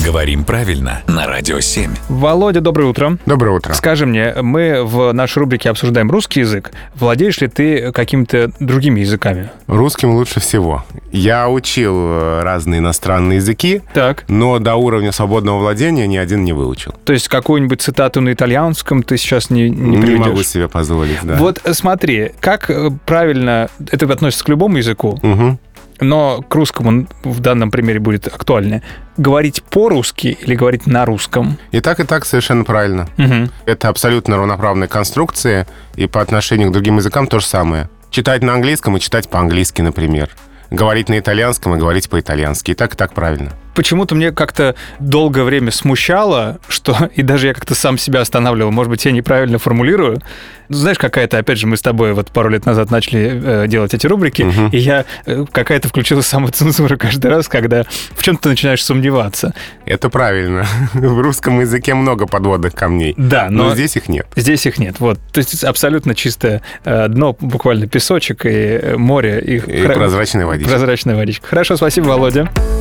Говорим правильно на Радио 7. Володя, доброе утро. Доброе утро. Скажи мне, мы в нашей рубрике обсуждаем русский язык. Владеешь ли ты какими-то другими языками? Русским лучше всего. Я учил разные иностранные языки, Так. но до уровня свободного владения ни один не выучил. То есть какую-нибудь цитату на итальянском ты сейчас не Не приведешь? могу себе позволить, да. Вот смотри, как правильно, это относится к любому языку, Мгм. но к русскому в данном примере будет актуальнее. Говорить по-русски или говорить на русском? И так совершенно правильно. Мгм. Это абсолютно равноправные конструкции, и по отношению к другим языкам то же самое. Читать на английском и читать по-английски, например. Говорить на итальянском и говорить по-итальянски. И так правильно. Почему-то мне как-то долгое время смущало, что... И даже я как-то сам себя останавливал. Может быть, я неправильно формулирую. Знаешь, какая-то... Опять же, мы с тобой вот пару лет назад начали делать эти рубрики, и я... какая-то включилась самоцензура каждый раз, когда в чем-то ты начинаешь сомневаться. Это правильно. В русском языке много подводных камней. Да, но здесь их нет. Здесь их нет. Вот. То есть абсолютно чистое дно, буквально песочек и море. И прозрачная водичка. Прозрачная водичка. Хорошо, спасибо, Володя.